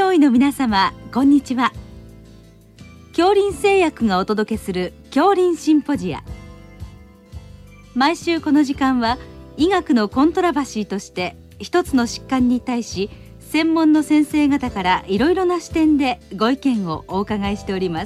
医の皆様、こんにちは。杏林製薬がお届けする杏林シンポジア。毎週この時間は医学のコントラバシーとして一つの疾患に対し専門の先生方からいろいろな視点でご意見をお伺いしております。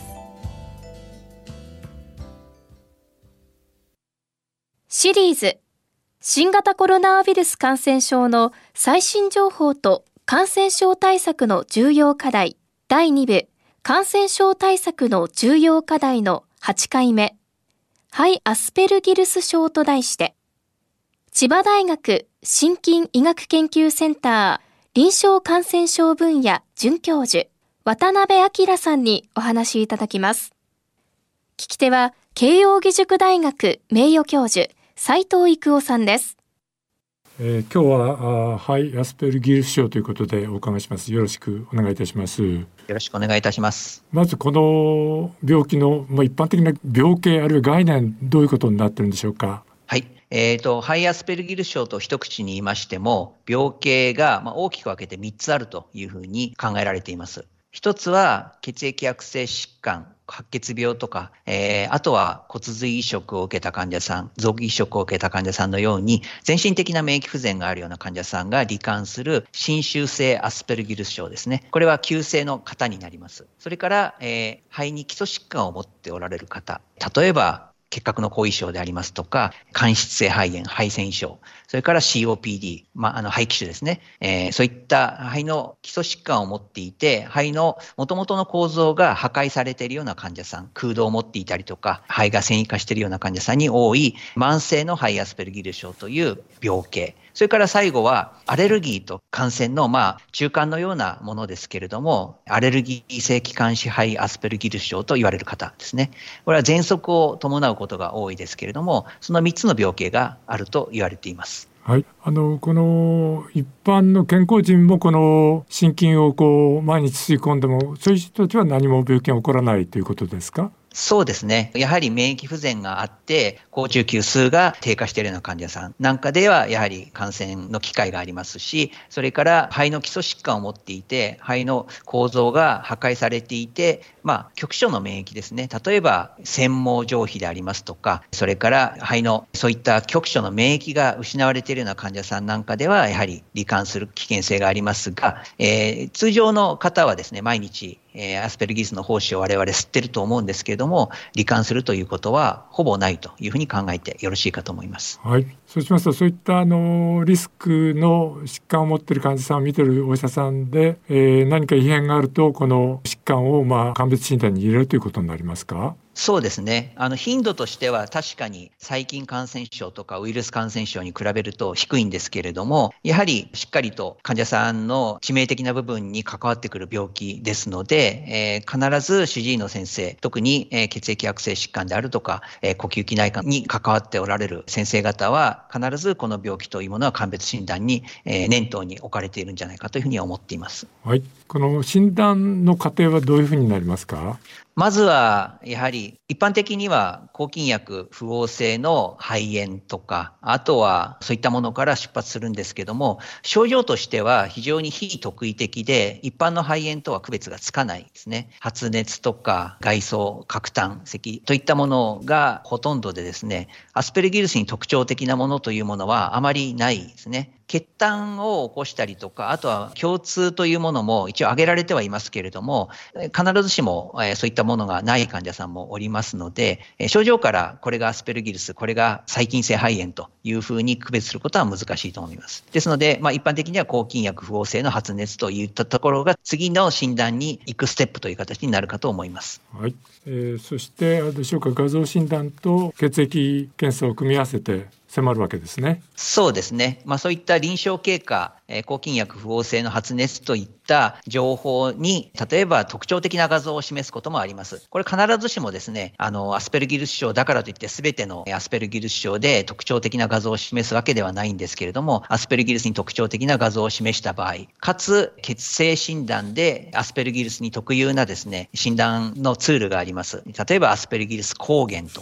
シリーズ新型コロナウイルス感染症の最新情報と感染症対策の重要課題第2部感染症対策の重要課題の8回目肺アスペルギルス症と題して千葉大学心筋医学研究センター臨床感染症分野准教授渡辺明さんにお話しいただきます。聞き手は慶應義塾大学名誉教授斉藤育夫さんです。 今日は肺アスペルギルス症ということでお伺いします。よろしくお願いいたします。 よろしくお願いいたします。 まずこの病気の、一般的な病形あるいは概念、どういうことになっているんでしょうか。 はい、肺アスペルギルス症と一口に言いましても病形が大きく分けて3つあるというふうに考えられています。一つは血液悪性疾患、白血病とか、あとは骨髄移植を受けた患者さん、臓器移植を受けた患者さんのように全身的な免疫不全があるような患者さんが罹患する侵襲性アスペルギルス症ですね。これは急性の方になります。それから、肺に基礎疾患を持っておられる方、例えば結核の後遺症でありますとか、間質性肺炎、肺腺異症、それから COPD、肺気腫ですね。そういった肺の基礎疾患を持っていて、肺の元々の構造が破壊されているような患者さん、空洞を持っていたりとか、肺が線維化しているような患者さんに多い慢性の肺アスペルギルス症という病形。それから最後はアレルギーと感染の中間のようなものですけれども、アレルギー性気管支肺アスペルギルス症と言われる方ですね。これは喘息を伴うことが多いですけれども、その3つの病形があると言われています。 はい、この一般の健康人もこの心筋を毎日吸い込んでもそういう人たちは何も病気が起こらないということですか。 そうですね。やはり免疫不全があって好中球数が低下しているような患者さんなんかではやはり感染の機会がありますし、それから肺の基礎疾患を持っていて肺の構造が破壊されていて、局所の免疫ですね。例えば繊毛上皮でありますとか、それから肺のそういった局所の免疫が失われているような患者さんなんかではやはり罹患する危険性がありますが、通常の方はですね、毎日アスペルギルスの胞子を我々吸っていると思うんですけれども、罹患するということはほぼないというふうに考えてよろしいかと思います。 はい、そうしますとそういったリスクの疾患を持っている患者さんを見ているお医者さんで、何か異変があるとこの疾患を鑑別診断に入れるということになりますか。 そうですね。頻度としては確かに細菌感染症とかウイルス感染症に比べると低いんですけれども、やはりしっかりと患者さんの致命的な部分に関わってくる病気ですので、必ず主治医の先生、特に血液悪性疾患であるとか、呼吸器内科に関わっておられる先生方は必ずこの病気というものは鑑別診断に念頭に置かれているんじゃないかというふうには思っています。 はい、この診断の過程はどういうふうになりますか。 まずはやはり一般的には抗菌薬不応性の肺炎とか、あとはそういったものから出発するんですけども、症状としては非常に非特異的で一般の肺炎とは区別がつかないですね。発熱とか外装、角炭、咳といったものがほとんどでですね、アスペルギルスに特徴的なものというものはあまりないですね。血痰を起こしたりとか、あとは胸痛というものも一応挙げられてはいますけれども、必ずしもそういったものがない患者さんもおりますので、症状からこれがアスペルギルス、これが細菌性肺炎というふうに区別することは難しいと思います。ですので、一般的には抗菌薬不応性の発熱といったところが次の診断に行くステップという形になるかと思います。 はい、そしてどうでしょうか、画像診断と血液検査を組み合わせて迫るわけですね。 そうですね。そういった臨床経過、抗菌薬不応性の発熱といった情報に、例えば特徴的な画像を示すこともあります。これ必ずしもですね、アスペルギルス症だからといって全てのアスペルギルス症で特徴的な画像を示すわけではないんですけれども、アスペルギルスに特徴的な画像を示した場合、かつ血清診断でアスペルギルスに特有なですね、診断のツールがあります。例えばアスペルギルス抗原とか、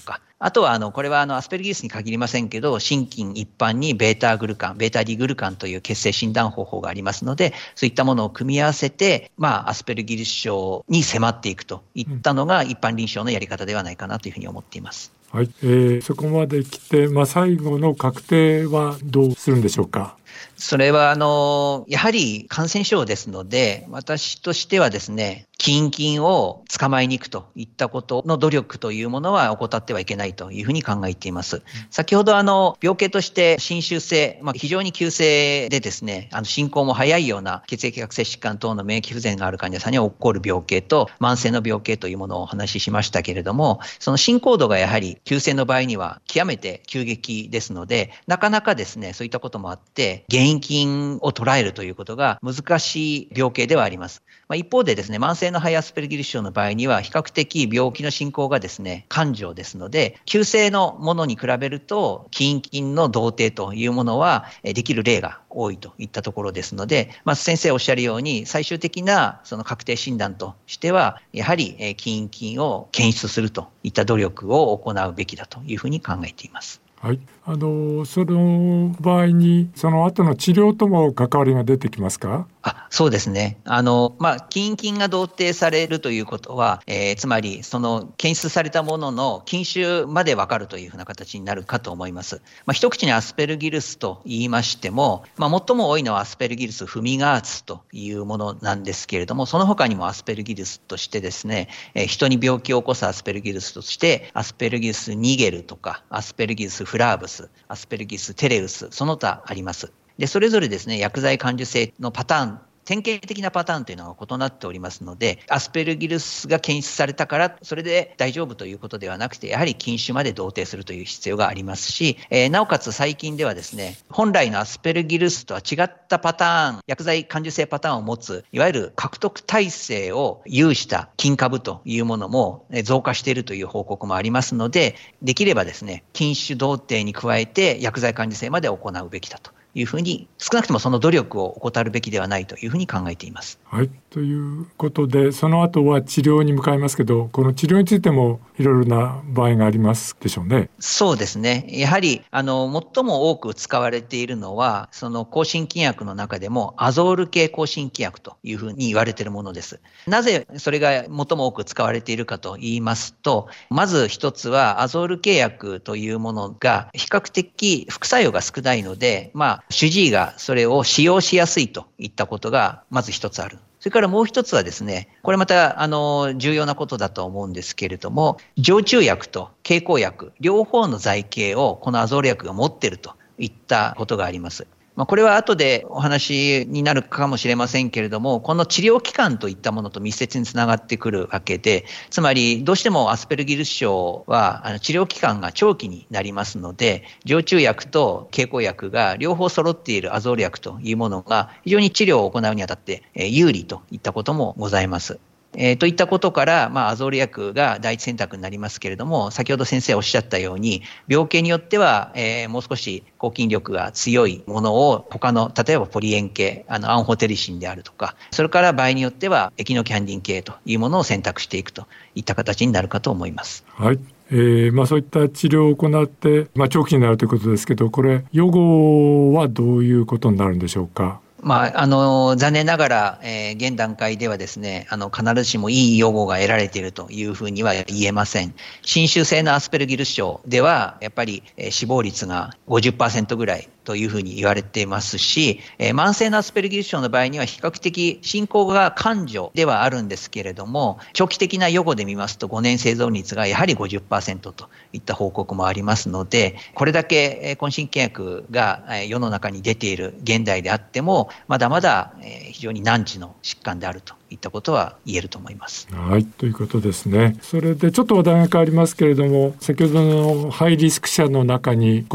あとはこれはアスペルギルスに限りませんけど、心筋一般にベータグルカン、ベータディグルカンという血清診断方法がありますので、そういったものを組み合わせて、アスペルギルス症に迫っていくといったのが一般臨床のやり方ではないかなというふうに思っています。 はい、そこまで来て、最後の確定はどうするんでしょうか。 それはやはり感染症ですので、私としてはですね、近々を捕まえに行くといったことの努力というものは怠ってはいけないというふうに考えています。先ほど病気として侵襲性、非常に急性でですね、進行も早いような血液逆性疾患等の免疫不全がある患者さんに起こる病気と慢性の病気というものをお話ししましたけれども、その進行度がやはり急性の場合には極めて急激ですので、なかなかですね、そういったこともあって原因菌を捉えるということが難しい病気ではあります。一方でですね、慢性の肺アスペルギルス症の場合には比較的病気の進行がですね、緩徐ですので、急性のものに比べると起因菌の同定というものはできる例が多いといったところですので、先生おっしゃるように最終的なその確定診断としてはやはり起因菌を検出するといった努力を行うべきだというふうに考えています。 はい、その場合にその後の治療とも関わりが出てきますか？ そうですね。起因菌が同定されるということは、つまりその検出されたものの菌種まで分かるというふうな形になるかと思います。一口にアスペルギルスと言いましても、最も多いのはアスペルギルスフミガーツというものなんですけれども、その他にもアスペルギルスとしてですね、人に病気を起こすアスペルギルスとしてアスペルギルスニゲルとかアスペルギルスフラーブス、アスペルギルステレウス、その他あります。で、それぞれですね、薬剤感受性のパターン、典型的なパターンというのが異なっておりますので、アスペルギルスが検出されたからそれで大丈夫ということではなくて、やはり菌種まで同定するという必要がありますし、なおかつ最近ではですね、本来のアスペルギルスとは違ったパターン、薬剤感受性パターンを持ついわゆる獲得耐性を有した菌株というものも増加しているという報告もありますので、できればですね、菌種同定に加えて薬剤感受性まで行うべきだというふうに、少なくともその努力を怠るべきではないというふうに考えています。 はい、ということで、その後は治療に向かいますけど、この治療についてもいろいろな場合がありますでしょうね。 そうですね。やはり最も多く使われているのは、その抗真菌薬の中でもアゾール系抗真菌薬というふうに言われているものです。なぜそれが最も多く使われているかと言いますと、まず一つはアゾール系薬というものが比較的副作用が少ないので、主治医がそれを使用しやすいといったことがまず一つある。それからもう一つはですね、これまた重要なことだと思うんですけれども、常駐薬と経口薬両方の剤系をこのアゾール薬が持っているといったことがあります。これは後でお話になるかもしれませんけれども、この治療期間といったものと密接につながってくるわけで、つまりどうしてもアスペルギルス症は治療期間が長期になりますので、常駐薬と経口薬が両方揃っているアゾール薬というものが非常に治療を行うにあたって有利といったこともございます。といったことから、アゾール薬が第一選択になりますけれども、先ほど先生おっしゃったように、病気によっては、もう少し抗菌力が強いものを他の、例えばポリ塩系、アンホテリシンであるとか、それから場合によってはエキノキャンディン系というものを選択していくといった形になるかと思います。 はい。そういった治療を行って、長期になるということですけど、これ予後はどういうことになるんでしょうか。 残念ながら、現段階ではですね、必ずしもいい予後が得られているというふうには言えません。侵襲性のアスペルギルス症では、やっぱり死亡率が 50% ぐらいというふうに言われていますし、慢性のアスペルギルス症の場合には比較的進行が緩徐ではあるんですけれども、長期的な予後で見ますと5年生存率がやはり 50% といった報告もありますので、これだけ抗真菌薬が世の中に出ている現代であっても、まだまだ非常に難治の疾患であるといったことは言えると思います。 はい、ということですね。それでちょっと話題が変わりますけれども、先ほどのハイリスク者の中に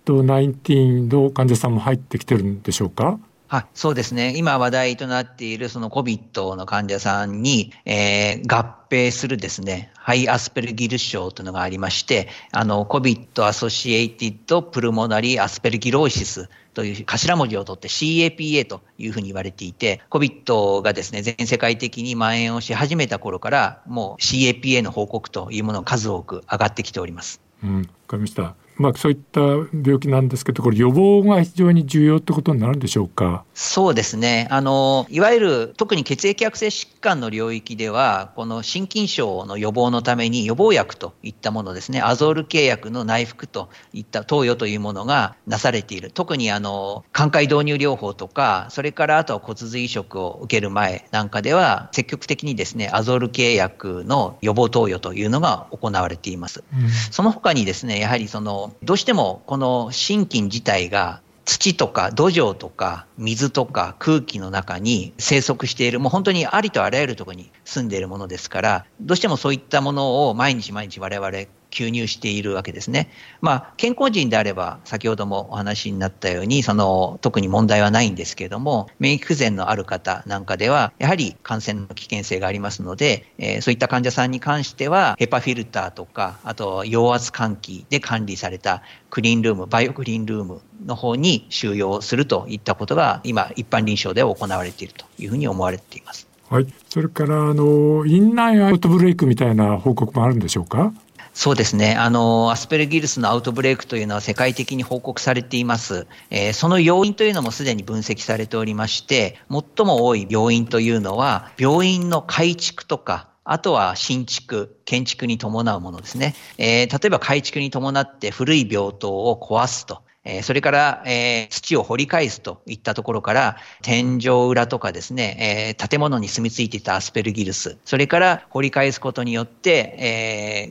COVID-19 の患者さんも入ってきてるんでしょうか。 そうですね。今話題となっているその COVID の患者さんに、合併するですね、ハイアスペルギルス症というのがありまして、COVID アソシエイティッドプルモナリーアスペルギローシスという頭文字を取って CAPA というふうに言われていて、COVID がですね、全世界的に蔓延をし始めた頃から、もう CAPA の報告というものが数多く上がってきております。 わかりました。そういった病気なんですけど、これ予防が非常に重要ってことになるんでしょうか？ そうですね。いわゆる特に血液悪性疾患の領域では、この心筋症の予防のために予防薬といったものですね、アゾール系薬の内服といった投与というものがなされている。特に寛解導入療法とか、それからあとは骨髄移植を受ける前なんかでは、積極的にですね、アゾール系薬の予防投与というのが行われています。その他にですね、やはりどうしてもこの心筋自体が土とか土壌とか水とか空気の中に生息している、もう本当にありとあらゆるところに住んでいるものですから、どうしてもそういったものを毎日我々吸入しているわけですね。健康人であれば先ほどもお話になったように特に問題はないんですけれども、免疫不全のある方なんかではやはり感染の危険性がありますので、そういった患者さんに関してはヘパフィルターとか、あと陽圧換気で管理されたクリーンルーム、バイオクリーンルームの方に収容するといったことが今一般臨床では行われているというふうに思われています。 はい、それから院内アウトブレイクみたいな報告もあるんでしょうか？ そうですね。アスペルギルスのアウトブレイクというのは世界的に報告されています。その要因というのもすでに分析されておりまして、最も多い要因というのは病院の改築とか、あとは新築、建築に伴うものですね。例えば改築に伴って古い病棟を壊すと。それから、土を掘り返すといったところから、天井裏とかですね、建物に住み着いていたアスペルギルス、それから掘り返すことによって、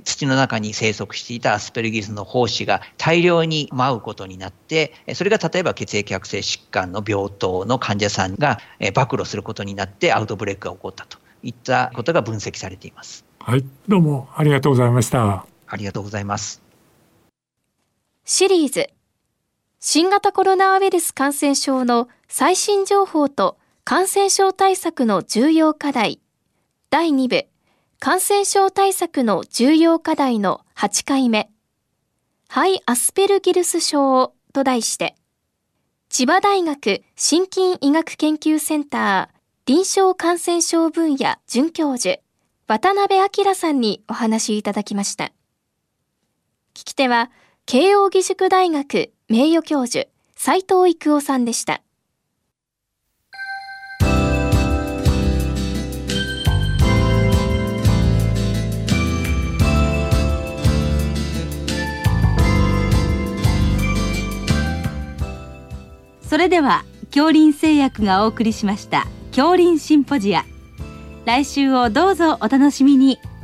土の中に生息していたアスペルギルスの胞子が大量に舞うことになって、それが例えば血液悪性疾患の病棟の患者さんが、暴露することになってアウトブレイクが起こったといったことが分析されています。 はい、どうもありがとうございました。 ありがとうございます。 シリーズ新型コロナウイルス感染症の最新情報と感染症対策の重要課題第2部感染症対策の重要課題の8回目ハイアスペルギルス症と題して、千葉大学心筋医学研究センター臨床感染症分野准教授渡辺明さんにお話いただきました。聞き手は慶應義塾大学名誉教授斉藤育夫さんでした。 それでは杏林製薬がお送りしました杏林シンポジア、来週をどうぞお楽しみに。